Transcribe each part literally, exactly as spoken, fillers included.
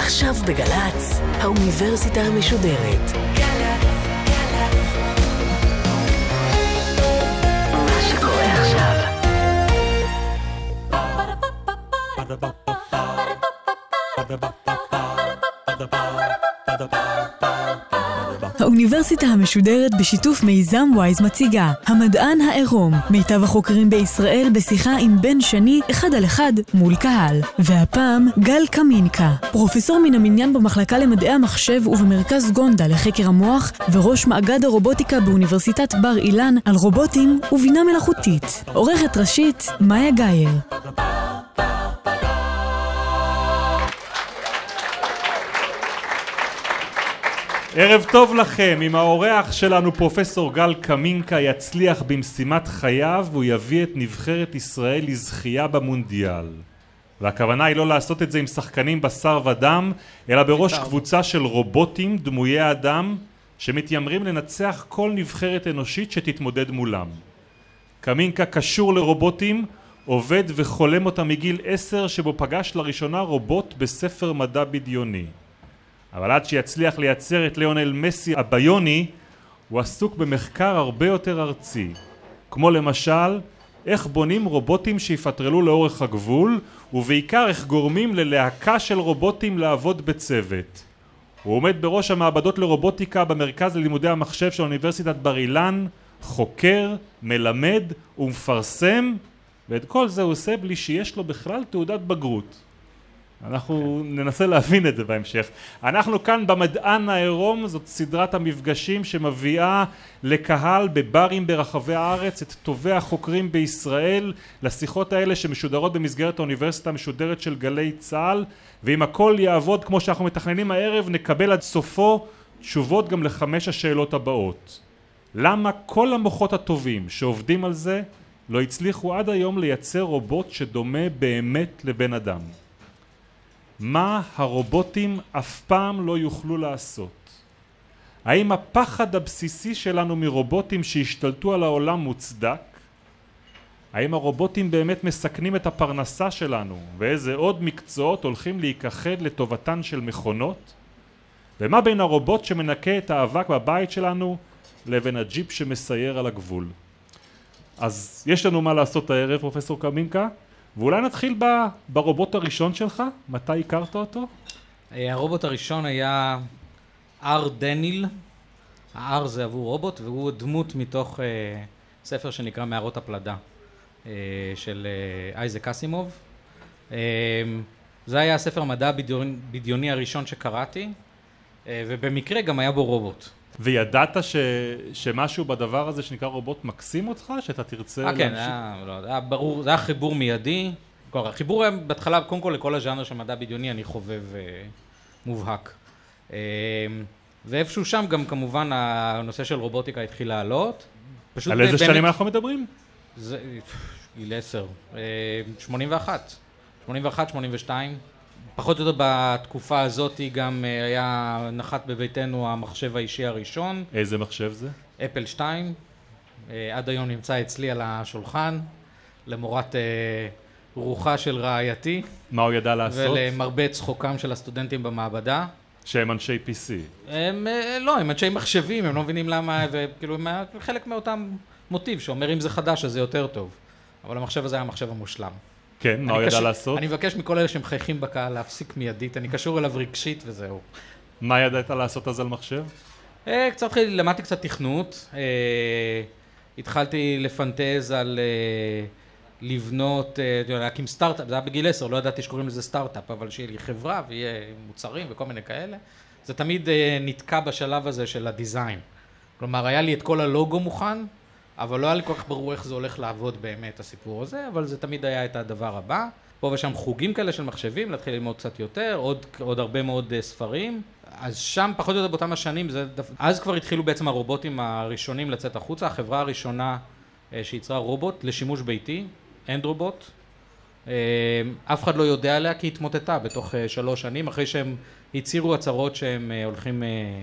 עכשיו בגלץ, האוניברסיטה המשודרת. מה שקורה עכשיו. האוניברסיטה המשודרת בשיתוף מיזם וויז מציגה המדען העירום, מיטב החוקרים בישראל בשיחה עם בן שני אחד על אחד מול קהל. והפעם גל קמינקה, פרופסור מן המניין במחלקה למדעי המחשב ובמרכז גונדה לחקר המוח וראש מאגד הרובוטיקה באוניברסיטת בר אילן על רובוטים ובינה מלאכותית. עורכת ראשית מאיה גייר. ערב טוב לכם. עם האורח שלנו פרופסור גל קמינקה יצליח במשימת חייו והוא יביא את נבחרת ישראל לזכייה במונדיאל. והכוונה היא לא לעשות את זה עם שחקנים בשר ודם, אלא בראש קבוצה של רובוטים דמויי אדם שמתיימרים לנצח כל נבחרת אנושית שתתמודד מולם. קמינקה קשור לרובוטים, עובד וחולם אותם מגיל עשר שבו פגש לראשונה רובוט בספר מדע בדיוני. אבל עד שיצליח לייצר את ליאונל מסי הביוני, הוא עסוק במחקר הרבה יותר ארצי. כמו למשל, איך בונים רובוטים שיפטרלו לאורך הגבול, ובעיקר איך גורמים ללהקה של רובוטים לעבוד בצוות. הוא עומד בראש המעבדות לרובוטיקה במרכז ללימודי המחשב של אוניברסיטת בר אילן, חוקר, מלמד ומפרסם, ואת כל זה הוא עושה בלי שיש לו בכלל תעודת בגרות. אנחנו ננסה להבין את זה בהמשך. אנחנו כאן במדען העירום, זאת סדרת המפגשים שמביאה לקהל בברים ברחבי הארץ את טובי החוקרים בישראל לשיחות האלה שמשודרות במסגרת האוניברסיטה המשודרת של גלי צה"ל, ואם הכל יעבוד כמו שאנחנו מתכננים הערב נקבל עד סופו תשובות גם לחמש השאלות הבאות. למה כל המוחות הטובים שעובדים על זה לא הצליחו עד היום לייצר רובוט שדומה באמת לבן אדם? מה הרובוטים אף פעם לא יוכלו לעשות? האם הפחד הבסיסי שלנו מרובוטים שהשתלטו על העולם מוצדק? האם הרובוטים באמת מסכנים את הפרנסה שלנו? ואיזה עוד מקצועות הולכים להיכחד לטובתן של מכונות? ומה בין הרובוט שמנקה את האבק בבית שלנו לבין הג'יפ שמסייר על הגבול? אז יש לנו מה לעשות הערב, פרופסור קמינקה. ואולי נתחיל ברובוט הראשון שלך. מתי הכרת אותו? הרובוט הראשון היה אר דניל. האר זה עבור רובוט, והוא דמות מתוך ספר שנקרא מערות הפלדה של אייזק אסימוב. זה היה הספר המדע בדיוני הראשון שקראתי, ובמקרה גם היה בו רובוט. וידעת ש... שמשהו בדבר הזה שנקרא רובוט מקסים אותך? שאתה תרצה להמשיך? כן, היה, לא, היה ברור, זה היה חיבור מיידי. החיבור היה בהתחלה, קודם כל לכל הז'אנר של מדע בדיוני, אני חובב מובהק. ואיפשהו שם גם כמובן הנושא של רובוטיקה התחיל לעלות. על איזה שנים אנחנו מדברים? זה גיל עשר, שמונים ואחת, שמונים ואחת, שמונים ושתיים. פחות או יותר בתקופה הזאת גם היה נחת בביתנו המחשב האישי הראשון. איזה מחשב זה? אפל שתיים. עד היום נמצא אצלי על השולחן, למורת רוחה של רעייתי. מה הוא ידע לעשות? ולמרבה צחוקם של הסטודנטים במעבדה. שהם אנשי פי סי. הם לא, הם אנשי מחשבים, הם לא מבינים למה, וכאילו הם חלק מאותם מוטיב שאומר אם זה חדש אז זה יותר טוב. אבל המחשב הזה היה המחשב המושלם. כן, מה הוא ידע לעשות? אני מבקש מכל אלה שמחייכים בקהל להפסיק מיידית, אני קשור אליו רגשית וזהו. מה ידעת לעשות אז על מחשב? קצת למדתי קצת תכנות, התחלתי לפנטז על לבנות, להקים סטארט-אפ, זה היה בגיל עשר, לא ידעתי שקוראים לזה סטארט-אפ, אבל שיהיה לי חברה ויהיה מוצרים וכל מיני כאלה. זה תמיד נתקע בשלב הזה של הדיזיין. כלומר, היה לי את כל הלוגו מוכן, אבל לא היה לי כל כך ברור איך זה הולך לעבוד באמת הסיפור הזה, אבל זה תמיד היה את הדבר הבא. פה ושם חוגים כאלה של מחשבים, להתחיל ללמוד קצת יותר, עוד, עוד הרבה מאוד ספרים. אז שם פחות או יותר באותם השנים, זה, אז כבר התחילו בעצם הרובוטים הראשונים לצאת החוצה. החברה הראשונה שיצרה רובוט לשימוש ביתי, אנדרובוט. אף אחד לא יודע עליה כי התמוטטה בתוך שלוש שנים, אחרי שהם הצהירו הצהרות שהם הולכים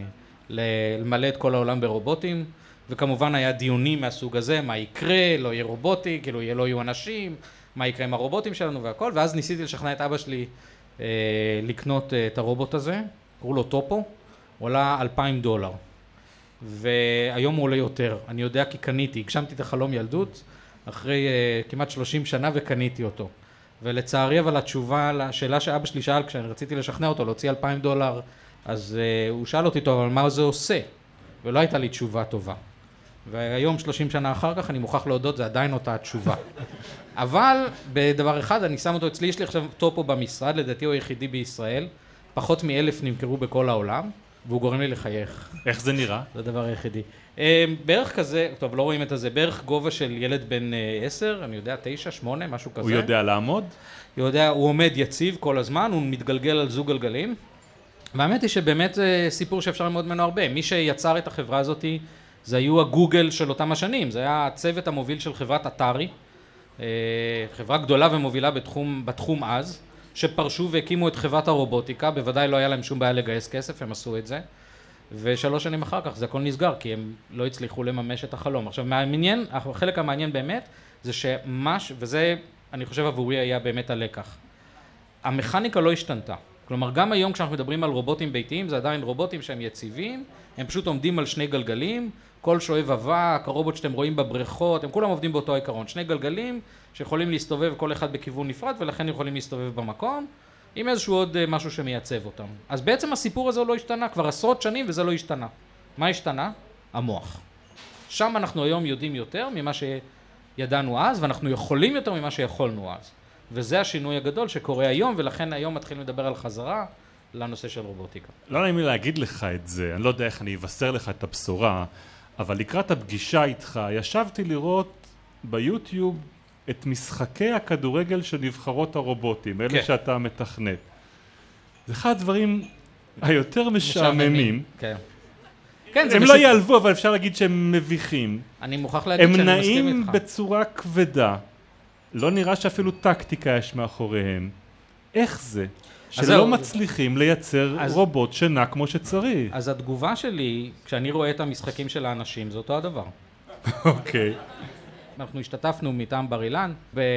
למלא את כל העולם ברובוטים. וכמובן היה דיונים מהסוג הזה, מה יקרה, לא יהיה רובוטי, כאילו לא יהיו אנשים, מה יקרה עם הרובוטים שלנו והכל, ואז ניסיתי לשכנע את אבא שלי לקנות את הרובוט הזה, קראו לו טופו, הוא עלה אלפיים דולר. והיום הוא עולה יותר. אני יודע כי קניתי, הגשמתי את החלום ילדות, אחרי uh, כמעט שלושים שנה וקניתי אותו. ולצערי אבל התשובה לשאלה שאבא שלי שאל כשאני רציתי לשכנע אותו להוציא אלפיים דולר, אז uh, הוא שאל אותי טוב, אבל מה זה עושה? ולא הייתה לי תשובה טובה. והיום שלושים שנה אחר כך אני מוכרח להודות, זה עדיין אותה התשובה. אבל בדבר אחד, אני שם אותו אצלי, יש לי עכשיו טופו במשרד, לדעתי הוא היחידי בישראל, פחות מאלף נמכרו בכל העולם, והוא גורם לי לחייך. איך זה נראה? זה הדבר היחידי. בערך כזה, טוב, לא רואים את זה, בערך גובה של ילד בן עשר, אני יודע, תשע, שמונה, משהו כזה. הוא יודע לעמוד? הוא יודע, הוא עומד יציב כל הזמן, הוא מתגלגל על זוג גלגלים. והאמת היא שבאמת זה סיפור שאפשר ללמוד ממנו הרבה. מי שיצר את החברה הזאת, זה היו הגוגל של אותם השנים. זה היה הצוות המוביל של חברת אתרי, חברה גדולה ומובילה בתחום, בתחום אז, שפרשו והקימו את חברת הרובוטיקה, בוודאי לא היה להם שום בעיה לגייס כסף, הם עשו את זה. ושלוש שנים אחר כך זה הכל נסגר, כי הם לא הצליחו לממש את החלום. עכשיו, מעניין, החלק המעניין באמת, זה שמש, וזה, אני חושב עבורי היה באמת הלקח. המכניקה לא השתנתה. כלומר, גם היום כשאנחנו מדברים על רובוטים ביתיים, זה עדיין רובוטים שהם יציבים, הם פשוט עומדים על שני גלגלים, כל שואב אבק, הרובוט שאתם רואים בבריכות, הם כולם עובדים באותו עיקרון, שני גלגלים שיכולים להסתובב כל אחד בכיוון נפרד, ולכן יכולים להסתובב במקום, עם איזשהו עוד משהו שמייצב אותם. אז בעצם הסיפור הזה לא השתנה, כבר עשרות שנים וזה לא השתנה. מה השתנה? המוח. שם אנחנו היום יודעים יותר ממה שידענו אז, ואנחנו יכולים יותר ממה שיכולנו אז. וזה השינוי הגדול שקורה היום, ולכן היום מתחילים לדבר על חזרה לנושא של רובוטיקה. לא נעים לי להגיד לך את זה, אני לא יודע איך אני אבשר לך את הבשורה, אבל לקראת הפגישה איתך, ישבתי לראות ביוטיוב את משחקי הכדורגל של נבחרות הרובוטים, אלה כן. שאתה מתכנת. זה אחד הדברים היותר משעממים. כן. כן, הם לא ייעלבו, אבל אפשר להגיד שהם מביכים. אני מוכרח להגיד שאני מסכים איתך. הם נעים בצורה כבדה. לא נראה שאפילו טקטיקה יש מאחוריהם. איך זה? שלא מצליחים לייצר רובוט שנע כמו שצריך. אז התגובה שלי, כשאני רואה את המשחקים של האנשים, זה אותו הדבר. אוקיי. אנחנו השתתפנו מטעם בר אילן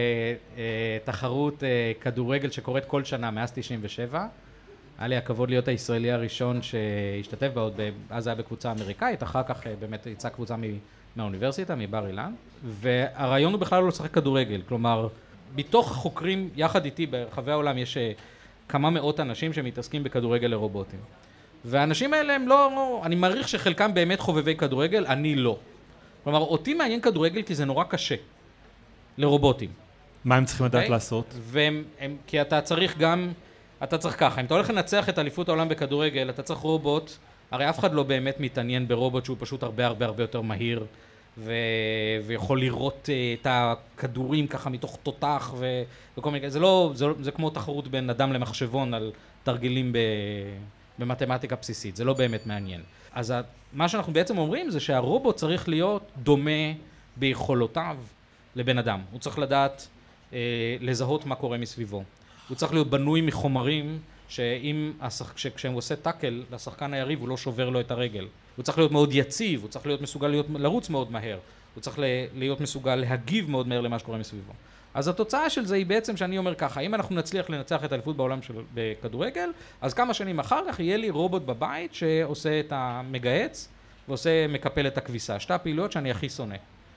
בתחרות כדורגל שקורית כל שנה מאז תשעים ושבע. היה לי הכבוד להיות הישראלי הראשון שהשתתף בה, עוד אז היה בקבוצה אמריקאית, אחר כך באמת יצאה קבוצה מהאוניברסיטה, מבר אילן, והרעיון הוא בכלל לא לשחק כדורגל, כלומר, בתוך חוקרים, יחד איתי ברחבי העולם יש כמה מאות אנשים שמתעסקים בכדורגל לרובוטים. והאנשים האלה הם לא, אני מעריך שחלקם באמת חובבי כדורגל, אני לא. כלומר, אותי מעניין כדורגל כי זה נורא קשה לרובוטים. מה הם צריכים לדעת לעשות? והם, הם, כי אתה צריך גם, אתה צריך ככה, אם אתה הולך לנצח את אליפות העולם בכדורגל, אתה צריך רובוט, הרי אף אחד לא באמת מתעניין ברובוט שהוא פשוט הרבה הרבה הרבה יותר מהיר, ו... ויכול לראות את הכדורים ככה מתוך תותח ו... וכל מיני, זה לא, זה, זה כמו תחרות בין אדם למחשבון על תרגילים ב... במתמטיקה בסיסית, זה לא באמת מעניין. אז מה שאנחנו בעצם אומרים זה שהרובוט צריך להיות דומה ביכולותיו לבן אדם. הוא צריך לדעת אה, לזהות מה קורה מסביבו. הוא צריך להיות בנוי מחומרים שאם השח... כשהוא עושה טאקל לשחקן היריב הוא לא שובר לו את הרגל. הוא צריך להיות מאוד יציב, הוא צריך להיות מסוגל להיות, לרוץ מאוד מהר. הוא צריך להיות מסוגל להגיב מאוד מהר למה שקורה מסביבו. אז התוצאה של זה היא בעצם שאני אומר ככה, אם אנחנו נצליח לנצח את האליפות בעולם של בכדורגל, אז כמה שנים אחר כך יהיה לי רובוט בבית שעושה את המגהץ ועושה, מקפל את הכביסה. שתי הפעילויות שאני הכי שונא.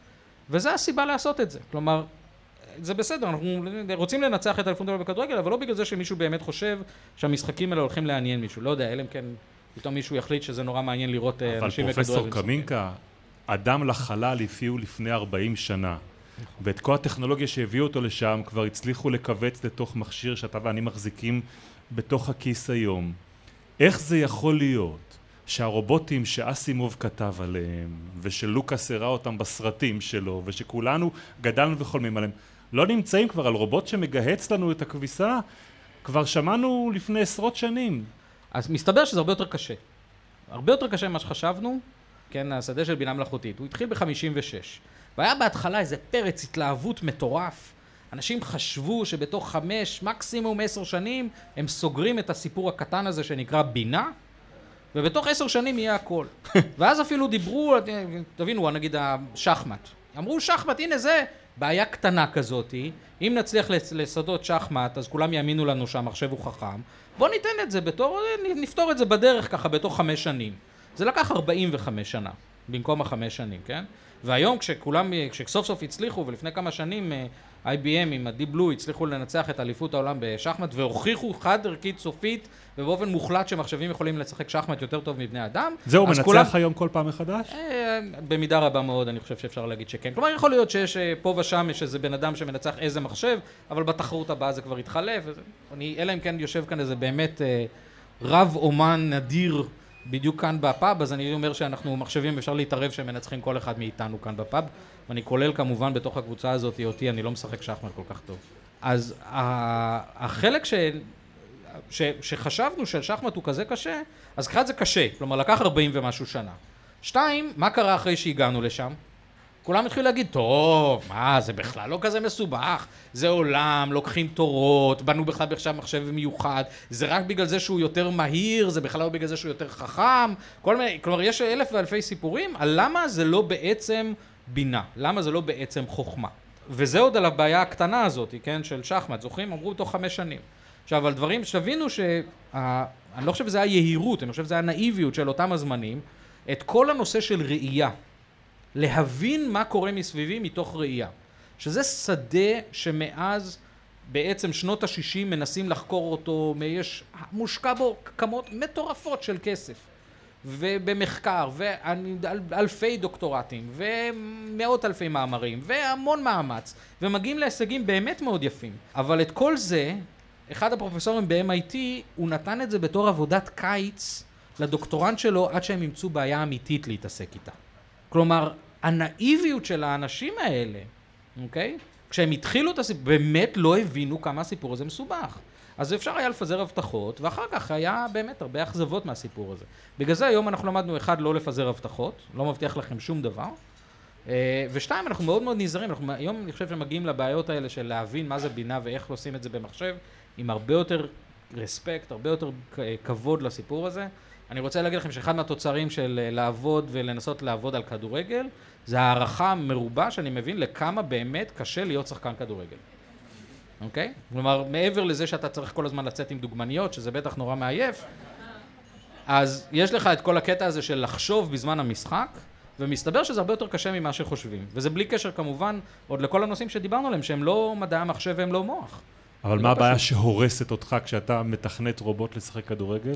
וזה הסיבה לעשות את זה. כלומר, זה בסדר, אנחנו רוצים לנצח את האליפות בעולם בכדורגל, אבל לא בגלל זה שמישהו באמת חושב שהמשחקים האלה הולכים לעניין מישהו. לא יודע, אלא אם כן פתאום מישהו יחליט שזה נורא מעניין לראות אנשים בכדורגל. אבל פרופסור קמינקה, אדם לחלל הביאו לפני ארבעים שנה. ואת כל הטכנולוגיה שהביאו אותו לשם כבר הצליחו לקבץ לתוך מכשיר שאתה ואני מחזיקים בתוך הכיס היום. איך זה יכול להיות שהרובוטים שאסימוב כתב עליהם ושלוקאס הראה אותם בסרטים שלו ושכולנו גדלנו וחולמים עליהם לא נמצאים כבר על רובוט שמגהץ לנו את הכביסה? כבר שמענו לפני עשרות שנים. אז מסתבר שזה הרבה יותר קשה. הרבה יותר קשה ממה שחשבנו, כן, השדה של בינה מלאכותית. הוא התחיל ב-חמישים ושש. והיה בהתחלה איזה פרץ התלהבות מטורף. אנשים חשבו שבתוך חמש, מקסימום עשר שנים, הם סוגרים את הסיפור הקטן הזה שנקרא בינה, ובתוך עשר שנים יהיה הכל. ואז אפילו דיברו, תבינו, נגיד השחמט. אמרו שחמט, הנה זה, בעיה קטנה כזאת, אם נצליח לסדות שחמט, אז כולם יאמינו לנו שהמחשב הוא חכם, בוא ניתן את זה בתור, נפתור את זה בדרך ככה בתוך חמש שנים. זה לקח ארבעים וחמש שנה, במקום החמש שנים, כן? והיום כשכולם, כשסוף סוף הצליחו, ולפני כמה שנים איי בי אם עם ה-Deep Blue הצליחו לנצח את אליפות העולם בשחמט, והוכיחו חד ערכית סופית, ובאופן מוחלט שמחשבים יכולים לשחק שחמט יותר טוב מבני אדם. זהו, מנצח כולם... היום כל פעם מחדש? במידה רבה מאוד, אני חושב שאפשר להגיד שכן. כלומר, יכול להיות שיש פה ושם יש איזה בן אדם שמנצח איזה מחשב, אבל בתחרות הבאה זה כבר התחלף. אני, אלא אם כן יושב כאן איזה באמת רב אומן נדיר, בדיוק כאן בפאב, אז אני אומר שאנחנו מחשבים, אפשר להתערב שהם מנצחים כל אחד מאיתנו כאן בפאב, ואני כולל כמובן בתוך הקבוצה הזאת, אותי, אני לא משחק שחמט כל כך טוב. אז החלק ש... ש... שחשבנו ששחמט הוא כזה קשה, אז אחד זה קשה, כלומר לקח ארבעים ומשהו שנה. שתיים, מה קרה אחרי שהגענו לשם? כולם התחילו להגיד, טוב, מה, זה בכלל לא כזה מסובך, זה עולם, לוקחים תורות, בנו בכלל עכשיו מחשב מיוחד, זה רק בגלל זה שהוא יותר מהיר, זה בכלל לא בגלל זה שהוא יותר חכם, כל מיני, כלומר, יש אלף ואלפי סיפורים על למה זה לא בעצם בינה, למה זה לא בעצם חוכמה. וזה עוד על הבעיה הקטנה הזאת, כן, של שחמט, זוכרים? אמרו תוך חמש שנים. עכשיו, על דברים שתבינו שה... אני לא חושב שזה היה יהירות, אני חושב שזה היה נאיביות של אותם הזמנים, את כל הנושא של ראייה. להבין מה קורה מסביבי מתוך ראייה. שזה שדה שמאז בעצם שנות ה-שישים מנסים לחקור אותו, יש מושקע בו כמות מטורפות של כסף. ובמחקר, ואלפי דוקטורטים, ומאות אלפי מאמרים, והמון מאמץ, ומגיעים להישגים באמת מאוד יפים. אבל את כל זה, אחד הפרופסורים ב-אם איי טי, הוא נתן את זה בתור עבודת קיץ לדוקטורנט שלו, עד שהם ימצאו בעיה אמיתית להתעסק איתה. כלומר, הנאיביות של האנשים האלה, אוקיי? כשהם התחילו את הסיפור, באמת לא הבינו כמה הסיפור הזה מסובך. אז אפשר היה לפזר הבטחות, ואחר כך היה באמת הרבה אכזבות מהסיפור הזה. בגלל זה היום אנחנו למדנו, אחד, לא לפזר הבטחות, לא מבטיח לכם שום דבר, ושתיים, אנחנו מאוד מאוד נזהרים, אנחנו היום אני חושב שמגיעים לבעיות האלה של להבין מה זה בינה ואיך עושים את זה במחשב, עם הרבה יותר רספקט, הרבה יותר כבוד לסיפור הזה. אני רוצה להגיד לכם שאחד מהתוצרים של לעבוד ולנסות לעבוד על כדורגל, זה הערכה מרובה שאני מבין לכמה באמת קשה להיות שחקן כדורגל. אוקיי? כלומר, מעבר לזה שאתה צריך כל הזמן לצאת עם דוגמניות, שזה בטח נורא מעייף, אז יש לך את כל הקטע הזה של לחשוב בזמן המשחק, ומסתבר שזה הרבה יותר קשה ממה שחושבים. וזה בלי קשר כמובן עוד לכל הנושאים שדיברנו עליהם, שהם לא מדעי המחשב והם לא מוח. אבל מה הבעיה שהורסת אותך כשאתה מתכנת רובוט לשחק כדורגל?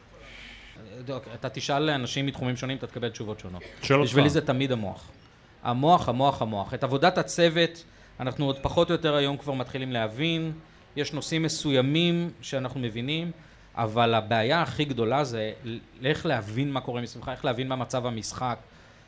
אתה תשאל לאנשים מתחומים שונים, אתה תקבל תשובות שונות. שואל אותך. בשבילי זה תמיד המוח. המוח, המוח, המוח. את עבודת הצוות, אנחנו עוד פחות או יותר היום כבר מתחילים להבין, יש נושאים מסוימים שאנחנו מבינים, אבל הבעיה הכי גדולה זה איך להבין מה קורה מסביבך, איך להבין מה מצב המשחק.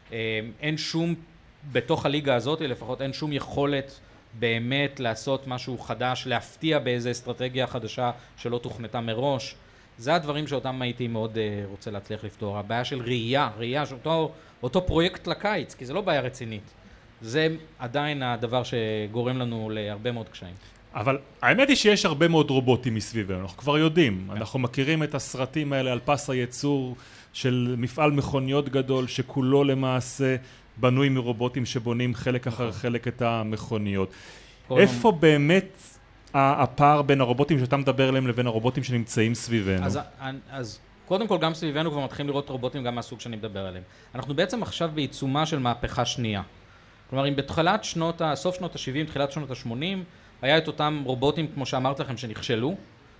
אין שום, בתוך הליגה הזאת לפחות, אין שום יכולת באמת לעשות משהו חדש, להפתיע באיזו אסטרטגיה חדשה שלא תוכנתה מראש. זה הדברים שאותם הייתי מאוד רוצה להצליח לפתור. הבעיה של ראייה, ראייה, שאותו, אותו פרויקט לקיץ, כי זה לא בעיה רצינית. זה עדיין הדבר שגורם לנו להרבה מאוד קשיים. אבל האמת היא שיש הרבה מאוד רובוטים מסביבנו, אנחנו כבר יודעים. אנחנו מכירים את הסרטים האלה על פס הייצור של מפעל מכוניות גדול, שכולו למעשה בנוי מרובוטים שבונים חלק אחר חלק את המכוניות. איפה באמת הפער בין הרובוטים שאתה מדבר עליהם לבין הרובוטים שנמצאים סביבנו? אז, אז קודם כל גם סביבנו כבר מתחילים לראות רובוטים גם מהסוג שאני מדבר עליהם. אנחנו בעצם עכשיו בעיצומה של מהפכה שנייה. כלומר, אם בתחילת שנות, סוף שנות ה-שבעים, תחילת שנות ה-שמונים, היה את אותם רובוטים, כמו שאמרתי לכם, שנכשלו,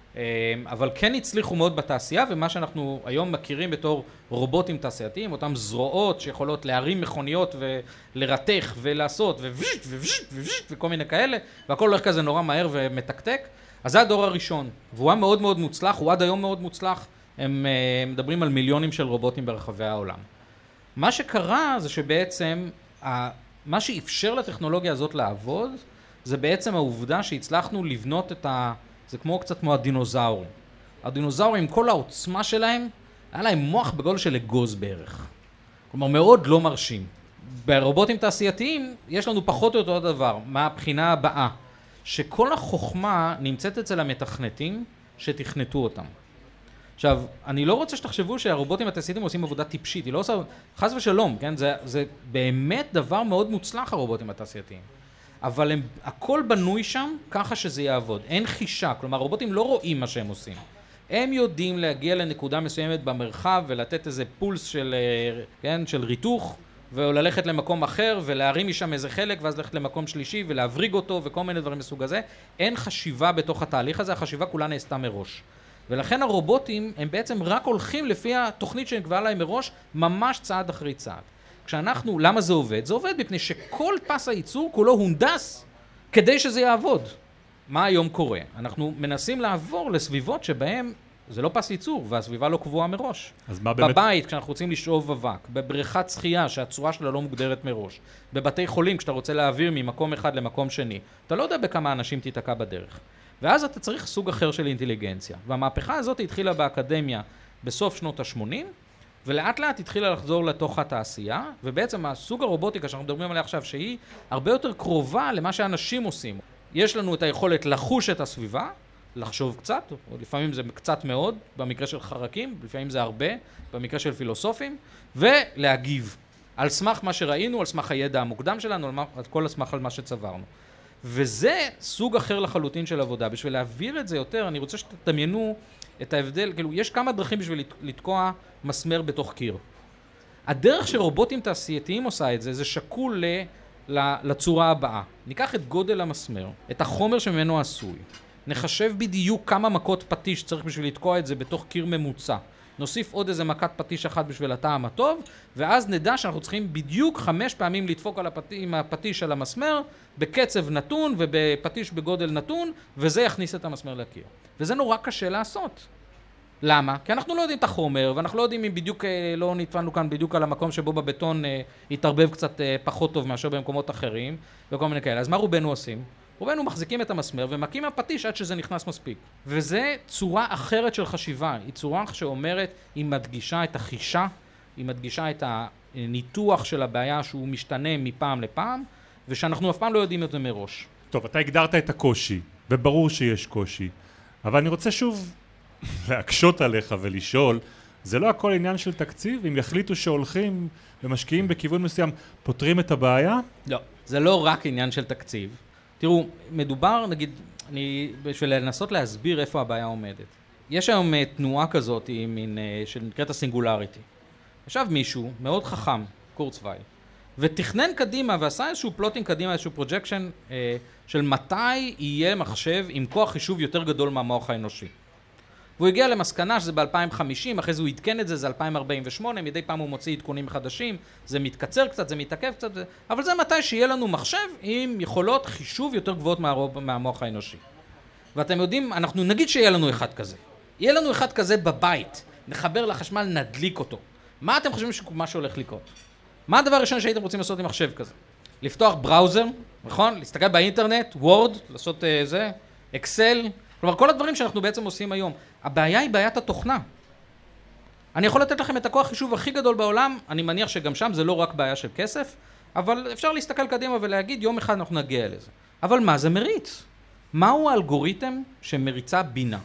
אבל כן הצליחו מאוד בתעשייה, ומה שאנחנו היום מכירים בתור רובוטים תעשייתיים, אותם זרועות שיכולות להרים מכוניות ולרתך ולעשות, ווישט ווישט ווישט וכל מיני כאלה, והכל הולך כזה נורא מהר ומתקתק. אז זה הדור הראשון, והוא היה מאוד מאוד מוצלח, הוא עד היום מאוד מוצלח, הם מדברים על מיליונים של רובוטים ברחבי העולם. מה שקרה זה שבעצם, מה שאפשר לטכנולוגיה הזאת לעבוד, זה בעצם העובדה שהצלחנו לבנות את ה... זה כמו קצת כמו הדינוזאורים. הדינוזאורים, כל העוצמה שלהם, היה להם מוח בגודל של אגוז בערך. כלומר, מאוד לא מרשים. ברובוטים תעשייתיים, יש לנו פחות או יותר דבר. מה הבחינה הבאה? שכל החוכמה נמצאת אצל המתכנתים שתכנתו אותם. עכשיו, אני לא רוצה שתחשבו שהרובוטים התעשייתיים עושים עבודה טיפשית. היא לא עושה... חס ושלום, כן? זה, זה באמת דבר מאוד מוצלח, הרובוטים התעשייתיים. אבל הם, הכל בנוי שם ככה שזה יעבוד. אין חישה, כלומר, רובוטים לא רואים מה שהם עושים. הם יודעים להגיע לנקודה מסוימת במרחב ולתת איזה פולס של, כן, של ריתוך, וללכת למקום אחר ולהרים משם איזה חלק ואז ללכת למקום שלישי ולהבריג אותו וכל מיני דברים מסוג הזה. אין חשיבה בתוך התהליך הזה, החשיבה כולה נעשתה מראש. ולכן הרובוטים הם בעצם רק הולכים לפי התוכנית שנקבעה להם מראש, ממש צעד אחרי צעד. כשאנחנו, למה זה עובד? זה עובד מפני שכל פס הייצור כולו הונדס כדי שזה יעבוד. מה היום קורה? אנחנו מנסים לעבור לסביבות שבהם זה לא פס ייצור, והסביבה לא קבועה מראש. אז מה באמת? בבית, כשאנחנו רוצים לשאוב אבק, בבריכת שחייה, שהצורה שלה לא מוגדרת מראש, בבתי חולים, כשאתה רוצה להעביר ממקום אחד למקום שני, אתה לא יודע בכמה אנשים תיתקע בדרך. ואז אתה צריך סוג אחר של אינטליגנציה. והמהפכה הזאת התחילה באקדמיה בסוף שנות ה-שמונים, ולאט לאט התחילה לחזור לתוך התעשייה, ובעצם הסוג הרובוטיקה שאנחנו מדברים עליה עכשיו, שהיא הרבה יותר קרובה למה שאנשים עושים. יש לנו את היכולת לחוש את הסביבה, לחשוב קצת, או לפעמים זה קצת מאוד, במקרה של חרקים, לפעמים זה הרבה, במקרה של פילוסופים, ולהגיב על סמך מה שראינו, על סמך הידע המוקדם שלנו, על כל הסמך על מה שצברנו. וזה סוג אחר לחלוטין של עבודה. בשביל להעביר את זה יותר, אני רוצה שתדמיינו את ההבדל, כאילו, יש כמה דרכים בשביל לתקוע מסמר בתוך קיר. הדרך שרובוטים תעשייתיים עושה את זה, זה שקול לצורה הבאה. ניקח את גודל המסמר, את החומר שממנו עשוי. נחשב בדיוק כמה מכות פטיש צריך בשביל לתקוע את זה בתוך קיר ממוצע. נוסיף עוד איזה מכת פטיש אחת בשביל הטעם הטוב, ואז נדע שאנחנו צריכים בדיוק חמש פעמים לדפוק על הפטיש, עם הפטיש על המסמר, בקצב נתון ובפטיש בגודל נתון, וזה יכניס את המסמר לקיר. וזה נורא קשה לעשות. למה? כי אנחנו לא יודעים את החומר, ואנחנו לא יודעים אם בדיוק לא נתפנו כאן בדיוק על המקום שבו בבטון יתערבב קצת פחות טוב מאשר במקומות אחרים, וכל מיני כאלה. אז מה רובנו עושים? רובנו מחזיקים את המסמר ומקים הפטיש עד שזה נכנס מספיק. וזה צורה אחרת של חשיבה. היא צורה שאומרת, היא מדגישה את החישה, היא מדגישה את הניתוח של הבעיה שהוא משתנה מפעם לפעם, ושאנחנו אף פעם לא יודעים את זה מראש. טוב, אתה הגדרת את הקושי, וברור שיש קושי. אבל אני רוצה שוב להקשות עליך ולשאול, זה לא הכל עניין של תקציב? אם יחליטו שהולכים ומשקיעים בכיוון מסוים, פותרים את הבעיה? לא, זה לא רק עניין של תקציב. תראו, מדובר, נגיד, אני, בשביל לנסות להסביר איפה הבעיה עומדת. יש היום תנועה כזאת, מין, שנקראת הסינגולריטי. עכשיו מישהו מאוד חכם, קורצווייל, ותכנן קדימה ועשה איזשהו פלוטינג קדימה, איזשהו פרוג'קשן אה, של מתי יהיה מחשב עם כוח חישוב יותר גדול מהמוח האנושי. והוא הגיע למסקנה שזה ב-אלפיים וחמישים, אחרי זה הוא עדכן את זה, זה אלפיים ארבעים ושמונה, מדי פעם הוא מוציא עדכונים חדשים, זה מתקצר קצת, זה מתעכב קצת, אבל זה מתי שיהיה לנו מחשב עם יכולות חישוב יותר גבוהות מהרוב, מהמוח האנושי. ואתם יודעים, אנחנו נגיד שיהיה לנו אחד כזה. יהיה לנו אחד כזה בבית, נחבר לחשמל, נדליק אותו. מה אתם חושבים שמה שהולך לקרות? מה הדבר הראשון שהייתם רוצים לעשות עם מחשב כזה? לפתוח בראוזר, נכון? להסתכל באינטרנט, וורד, לעשות uh, זה, אקסל, כלומר, כל הדברים שאנחנו בעצם עושים היום. הבעיה היא בעיית התוכנה. אני יכול לתת לכם את הכוח חישוב הכי גדול בעולם, אני מניח שגם שם זה לא רק בעיה של כסף, אבל אפשר להסתכל קדימה ולהגיד, יום אחד אנחנו נגיע לזה. אבל מה זה מריץ? מהו האלגוריתם שמריצה בינה?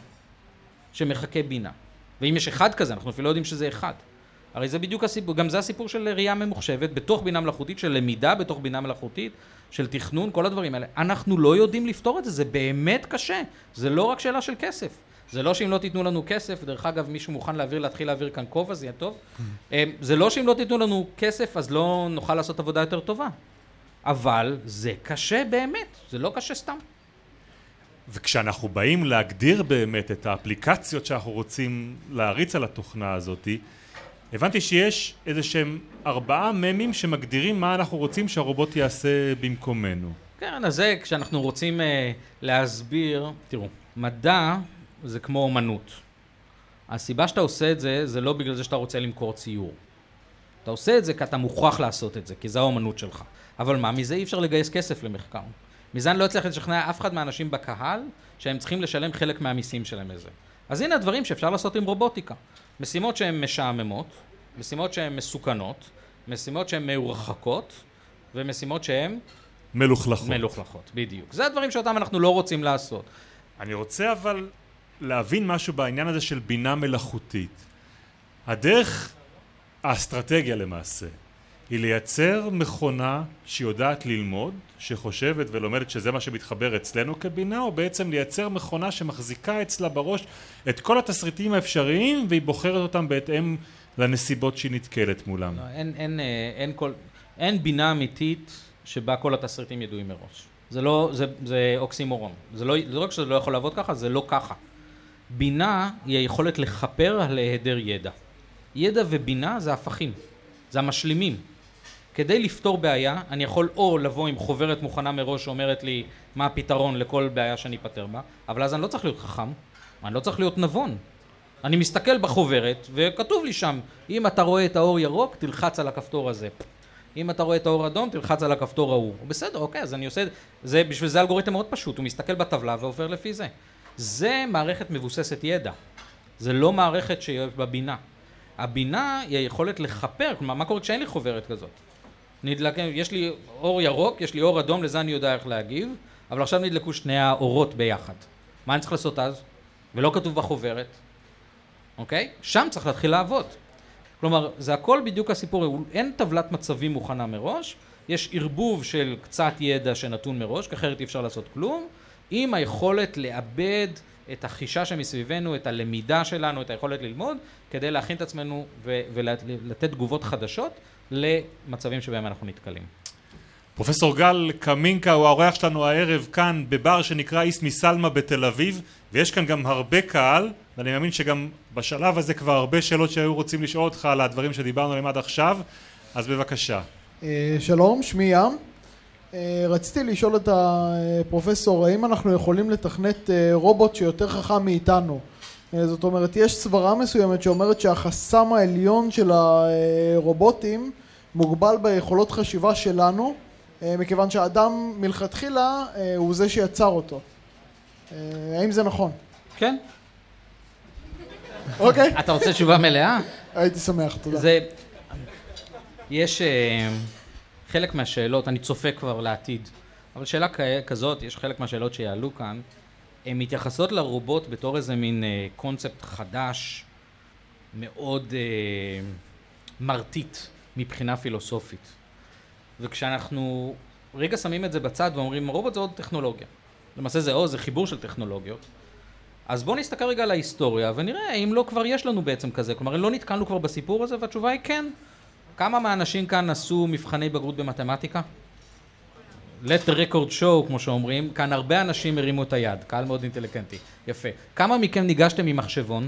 שמחכה בינה? ואם יש אחד כזה, אנחנו אפילו לא יודעים שזה אחד. הרי זה בדיוק הסיפור, גם זה הסיפור של ראייה ממוחשבת, בתוך בינה מלאכותית, של למידה בתוך בינה מלאכותית, של תכנון, כל הדברים האלה. אנחנו לא יודעים לפתור את זה, זה באמת קשה. זה לא רק שאלה של כסף. זה לא שאם לא תיתנו לנו כסף, דרך אגב, מישהו מוכן להעביר, להתחיל להעביר כאן כובע, זה יהיה טוב. זה לא שאם לא תיתנו לנו כסף, אז לא נוכל לעשות עבודה יותר טובה. אבל זה קשה באמת, זה לא קשה סתם. וכשאנחנו באים להגדיר באמת את האפליקציות שאנחנו רוצים להריץ על התוכנה הזאת, הבנתי שיש איזה שהם ארבעה ממים שמגדירים מה אנחנו רוצים שהרובוט יעשה במקומנו. כן, אז זה כשאנחנו רוצים uh, להסביר, תראו, מדע זה כמו אומנות. הסיבה שאתה עושה את זה, זה לא בגלל זה שאתה רוצה למכור ציור. אתה עושה את זה כי אתה מוכרח לעשות את זה, כי זו האומנות שלך. אבל מה, מזה אי אפשר לגייס כסף למחקר. מזה אני לא אצליח לשכנע אף אחד מהאנשים בקהל שהם צריכים לשלם חלק מהמיסים שלהם לזה. אז הנה הדברים שאפשר לעשות עם רובוטיקה. משימות שהן משעממות, משימות שהן מסוכנות, משימות שהן מרוחקות, ומשימות שהן מלוכלכות. מלוכלכות, בדיוק. זה הדברים שאותם אנחנו לא רוצים לעשות. אני רוצה אבל להבין משהו בעניין הזה של בינה מלאכותית. הדרך, האסטרטגיה למעשה, היא לייצר מכונה שיודעת ללמוד, שחושבת ולומדת שזה מה שמתחבר אצלנו כבינה, או בעצם לייצר מכונה שמחזיקה אצלה בראש את כל התסריטים האפשריים, והיא בוחרת אותם בהתאם לנסיבות שהיא נתקלת מולם. לא, אין, אין, אין, כל, אין בינה אמיתית שבה כל התסריטים ידועים מראש. זה לא, זה, זה אוקסימורון. זה לא, זה לא רק שזה לא יכול לעבוד ככה, זה לא ככה. בינה היא היכולת לחפר על היעדר ידע. ידע ובינה זה הפכים, זה המשלימים. כדי לפתור בעיה, אני יכול או לבוא עם חוברת מוכנה מראש שאומרת לי מה הפתרון לכל בעיה שאני אפתר בה, אבל אז אני לא צריך להיות חכם, אני לא צריך להיות נבון. אני מסתכל בחוברת וכתוב לי שם, אם אתה רואה את האור ירוק, תלחץ על הכפתור הזה. אם אתה רואה את האור אדום, תלחץ על הכפתור ההוא. בסדר, אוקיי, אז אני עושה, זה, בשביל זה אלגוריתם מאוד פשוט, הוא מסתכל בטבלה ועובר לפי זה. זה מערכת מבוססת ידע. זה לא מערכת שיש בבינה. הבינה היא היכולת לחפר, כלומר, מה קורה כשאין לי חוברת כזאת? נדלק, יש לי אור ירוק, יש לי אור אדום, לזה אני יודע איך להגיב, אבל עכשיו נדלקו שני האורות ביחד. מה אני צריך לעשות אז? ולא כתוב בחוברת. אוקיי? שם צריך להתחיל לעבוד. כלומר, זה הכל בדיוק הסיפור, אין טבלת מצבים מוכנה מראש, יש ערבוב של קצת ידע שנתון מראש, כי אחרת אי אפשר לעשות כלום, עם היכולת לאבד את החישה שמסביבנו, את הלמידה שלנו, את היכולת ללמוד, כדי להכין את עצמנו ולתת תגובות חדשות למצבים שבהם אנחנו נתקלים. פרופסור גל קמינקה הוא האורח שלנו הערב כאן בבר שנקרא איסמי סלמה בתל אביב, ויש כאן גם הרבה קהל, ואני מאמין שגם בשלב הזה כבר הרבה שאלות שהיו רוצים לשאול אותך על הדברים שדיברנו עליהם עד עכשיו, אז בבקשה. שלום, שמי ים. רציתי לשאול את הפרופסור, האם אנחנו יכולים לתכנת רובוט שיותר חכם מאיתנו? זאת אומרת, יש סברה מסוימת שאומרת שהחסם העליון של הרובוטים מוגבל ביכולות חשיבה שלנו, מכיוון שהאדם מלכתחילה הוא זה שיצר אותו. האם זה נכון? כן. אוקיי. אתה רוצה תשובה מלאה? הייתי שמח, תודה. זה... יש חלק מהשאלות, אני צופה כבר לעתיד, אבל שאלה כזאת, יש חלק מהשאלות שיעלו כאן, הן מתייחסות לרובוט בתור איזה מין קונספט חדש, מאוד מרטיט מבחינה פילוסופית. וכשאנחנו רגע שמים את זה בצד ואומרים, רובוט זה עוד טכנולוגיה. למעשה זה או, זה חיבור של טכנולוגיות. אז בואו נסתכל רגע על ההיסטוריה ונראה אם לא כבר יש לנו בעצם כזה. כלומר, לא נתקלנו כבר בסיפור הזה, והתשובה היא כן. כמה מהאנשים כאן עשו מבחני בגרות במתמטיקה? let the record show, כמו שאומרים. כאן הרבה אנשים הרימו את היד. קהל מאוד אינטליגנטי. יפה. כמה מכם ניגשתם עם מחשבון?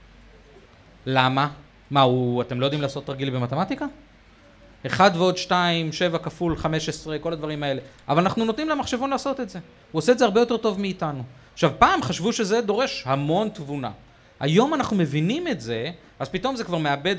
למה? מה, הוא, אתם לא יודעים לעשות תרגיל במתמטיקה? אחד ועוד שתיים, שבע כפול, חמש עשרה, כל הדברים האלה. אבל אנחנו נותנים למחשבון לעשות את זה. הוא עושה את זה הרבה יותר טוב מאיתנו. עכשיו, פעם חשבו שזה דורש המון תבונה. היום אנחנו מבינים את זה, אז פתאום זה כבר מאבד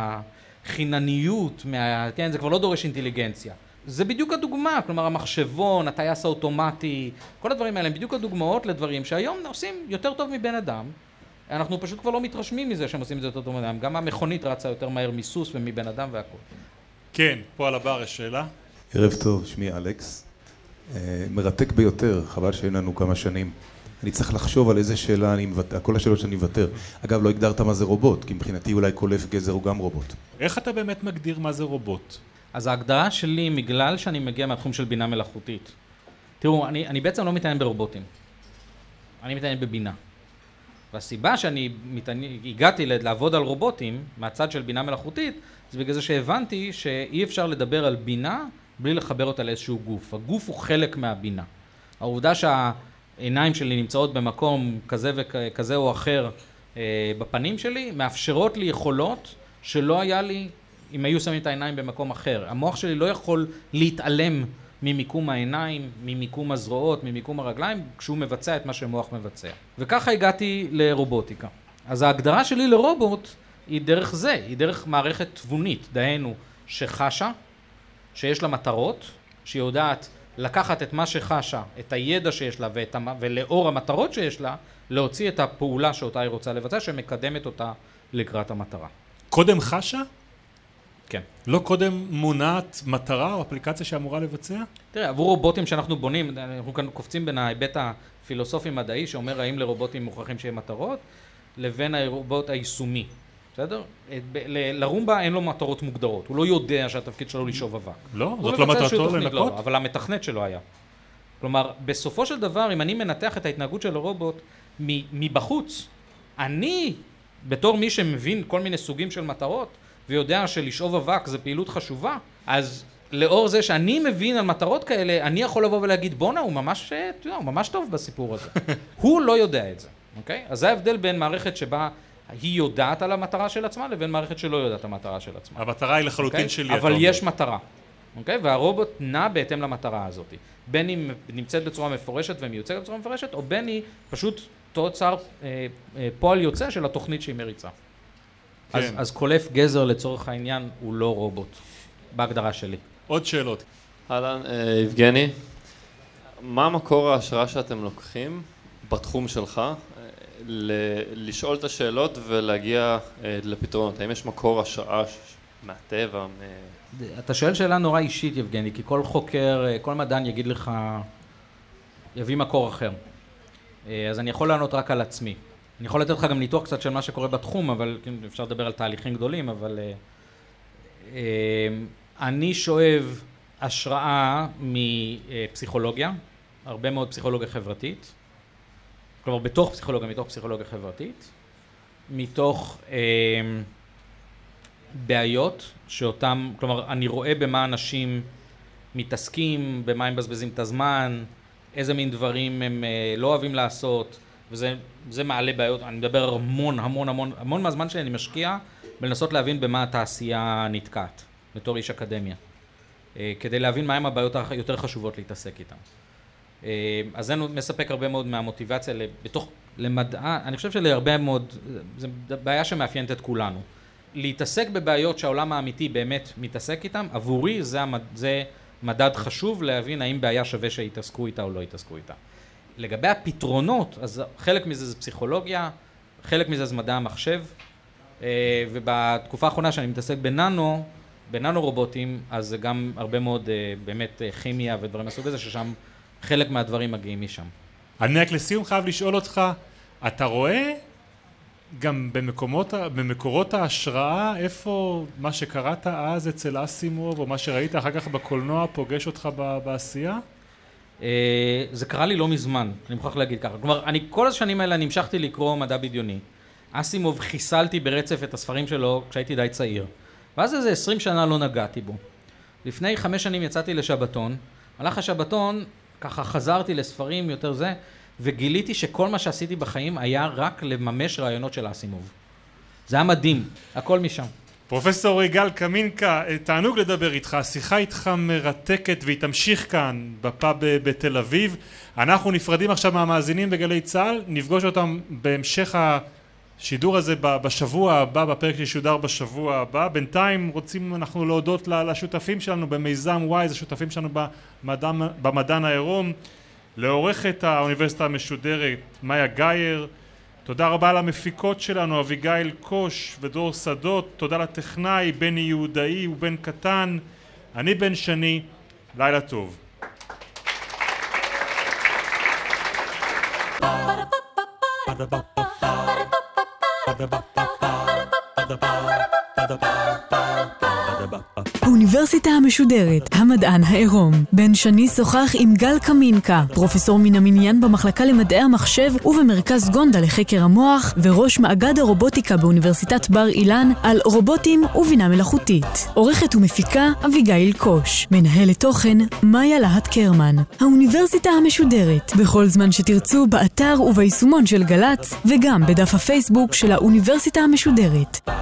מהחינניות, מה... כן, זה כבר לא דורש אינטליגנציה. זה בדיוק הדוגמה, כלומר המחשבון, הטייס האוטומטי, כל הדברים האלה הם בדיוק הדוגמאות לדברים שהיום עושים יותר טוב מבן אדם. אנחנו פשוט כבר לא מתרשמים מזה שהם עושים את זה יותר טוב מבן אדם. גם המכונית רצה יותר מהר מסוס ומבן אדם והכל. כן, פה על הבר יש שאלה. ערב טוב, שמי אלכס. מרתק ביותר, חבל שאין לנו כמה שנים. אני צריך לחשוב על איזה שאלה אני מוותר, כל השאלות שאני מוותר. אגב, לא הגדרת מה זה רובוט, כי מבחינתי אולי קולף גזר הוא גם רובוט. איך אתה באמת מגדיר מה זה רובוט? אז ההגדרה שלי, בגלל שאני מגיע מהתחום של בינה מלאכותית, תראו, אני, אני בעצם לא מתעניין ברובוטים. אני מתעניין בבינה. והסיבה שאני מתעניין, הגעתי לעבוד על רובוטים מהצד של בינה מלאכותית, זה בגלל זה שהבנתי שאי אפשר לדבר על בינה בלי לחבר אותה לאיזשהו גוף. הגוף הוא חלק מהבינה. העובדה שהעיניים שלי נמצאות במקום כזה וכזה או אחר אה, בפנים שלי, מאפשרות לי יכולות שלא היה לי אם היו שמים את העיניים במקום אחר. המוח שלי לא יכול להתעלם ממיקום העיניים, ממיקום הזרועות, ממיקום הרגליים, כשהוא מבצע את מה שמוח מבצע. וככה הגעתי לרובוטיקה. אז ההגדרה שלי לרובוט היא דרך זה, היא דרך מערכת תבונית, דהיינו שחשה, שיש לה מטרות, שהיא יודעת לקחת את מה שחשה, את הידע שיש לה ואת, ולאור המטרות שיש לה, להוציא את הפעולה שאותה היא רוצה לבצע, שמקדמת אותה לקראת המטרה. קודם חשה? כן. לא קודם מונעת מטרה או אפליקציה שאמורה לבצע? תראה, עבור רובוטים שאנחנו בונים, אנחנו כאן קופצים בין ההיבט הפילוסופי-מדעי, שאומר האם לרובוטים מוכרחים שיהיה מטרות, לבין הרובוט היישומי. בסדר? לרומבה אין לו מטרות מוגדרות, הוא לא יודע שהתפקיד שלו לשאוב אבק. לא, זאת לא מטרתו לנקות? לא, אבל המתכנת שלו היה. כלומר, בסופו של דבר, אם אני מנתח את ההתנהגות של הרובוט מבחוץ, אני, בתור מי שמבין כל מיני סוגים של מטרות, ויודע שלשאוב אבק זה פעילות חשובה, אז לאור זה שאני מבין על מטרות כאלה, אני יכול לבוא ולהגיד, בונה, הוא ממש, הוא ממש טוב בסיפור הזה. הוא לא יודע את זה, אוקיי? אז זה ההבדל בין מערכת שבה היא יודעת על המטרה של עצמה, לבין מערכת שלא יודעת על המטרה של עצמה. המטרה היא לחלוטין אוקיי? שלי. אבל יש מטרה, אוקיי? והרובוט נע בהתאם למטרה הזאת. בין אם נמצאת בצורה מפורשת ומיוצגת בצורה מפורשת, או בין היא פשוט תוצר אה, אה, פועל יוצא של התוכנית שהיא מריצה. כן. אז, אז קולף גזר לצורך העניין הוא לא רובוט, בהגדרה שלי. עוד שאלות. אהלן, יבגני, מה מקור ההשראה שאתם לוקחים בתחום שלך לשאול את השאלות ולהגיע לפתרונות? האם יש מקור השראה מהטבע? אתה שואל שאלה נורא אישית, יבגני, כי כל חוקר, כל מדען יגיד לך, יביא מקור אחר. אז אני יכול לענות רק על עצמי. אני יכול לתת לך גם ניתוח קצת של מה שקורה בתחום, אבל אפשר לדבר על תהליכים גדולים, אבל אני שואב השראה מפסיכולוגיה, הרבה מאוד פסיכולוגיה חברתית, כלומר בתוך פסיכולוגיה, מתוך פסיכולוגיה חברתית, מתוך אה, בעיות שאותם, כלומר אני רואה במה אנשים מתעסקים, במה הם מבזבזים את הזמן, איזה מין דברים הם אה, לא אוהבים לעשות, וזה זה מעלה בעיות. אני מדבר המון המון המון המון מהזמן שאני משקיע בלנסות להבין במה התעשייה נתקעת בתור איש אקדמיה, אה, כדי להבין מהם הבעיות היותר חשובות להתעסק איתן. אז זה מספק הרבה מאוד מהמוטיבציה בתוך, למדע, אני חושב שלהרבה מאוד, זו בעיה שמאפיינת את כולנו. להתעסק בבעיות שהעולם האמיתי באמת מתעסק איתן, עבורי זה, זה מדד חשוב להבין האם בעיה שווה שיתעסקו איתה או לא יתעסקו איתה. לגבי הפתרונות, אז חלק מזה זה פסיכולוגיה, חלק מזה זה מדע המחשב, ובתקופה האחרונה שאני מתעסק בננו, בננו רובוטים, אז זה גם הרבה מאוד באמת כימיה ודברים מהסוג הזה, ששם חלק מהדברים מגיעים משם. אני רק לסיום חייב לשאול אותך, אתה רואה גם במקומות, במקורות ההשראה, איפה מה שקראת אז אצל אסימוב, או מה שראית אחר כך בקולנוע פוגש אותך בעשייה? זה קרה לי לא מזמן, אני מוכרח להגיד ככה. כלומר, אני כל השנים האלה נמשכתי לקרוא מדע בדיוני. אסימוב חיסלתי ברצף את הספרים שלו כשהייתי די צעיר. ואז איזה עשרים שנה לא נגעתי בו. לפני חמש שנים יצאתי לשבתון, הלך השבתון, ככה חזרתי לספרים יותר זה, וגיליתי שכל מה שעשיתי בחיים היה רק לממש רעיונות של אסימוב. זה היה מדהים, הכל משם. פרופסור יגאל קמינקה, תענוג לדבר איתך, השיחה איתך מרתקת והיא תמשיך כאן בפאב בתל אביב. אנחנו נפרדים עכשיו מהמאזינים בגלי צה"ל, נפגוש אותם בהמשך השידור הזה בשבוע הבא, בפרק שישודר בשבוע הבא. בינתיים רוצים אנחנו להודות לשותפים שלנו במיזם וויז, השותפים שלנו במדען, במדען העירום, לעורכת האוניברסיטה המשודרת מאיה גייר, תודה רבה למפיקות שלנו אביגיל קוש ודור שדות, תודה לטכנאי בני יהודאי ובן קטן, אני בן שני, לילה טוב. האוניברסיטה המשודרת, המדען העירום. בן שני שוחח עם גל קמינקה, פרופסור מן המניין במחלקה למדעי המחשב ובמרכז גונדה לחקר המוח, וראש מאגד הרובוטיקה באוניברסיטת בר אילן, על רובוטים ובינה מלאכותית. עורכת ומפיקה אביגיל קוש. מנהלת תוכן מאיה להט קרמן. האוניברסיטה המשודרת, בכל זמן שתרצו, באתר וביישומון של גלץ, וגם בדף הפייסבוק של האוניברסיטה המשודרת.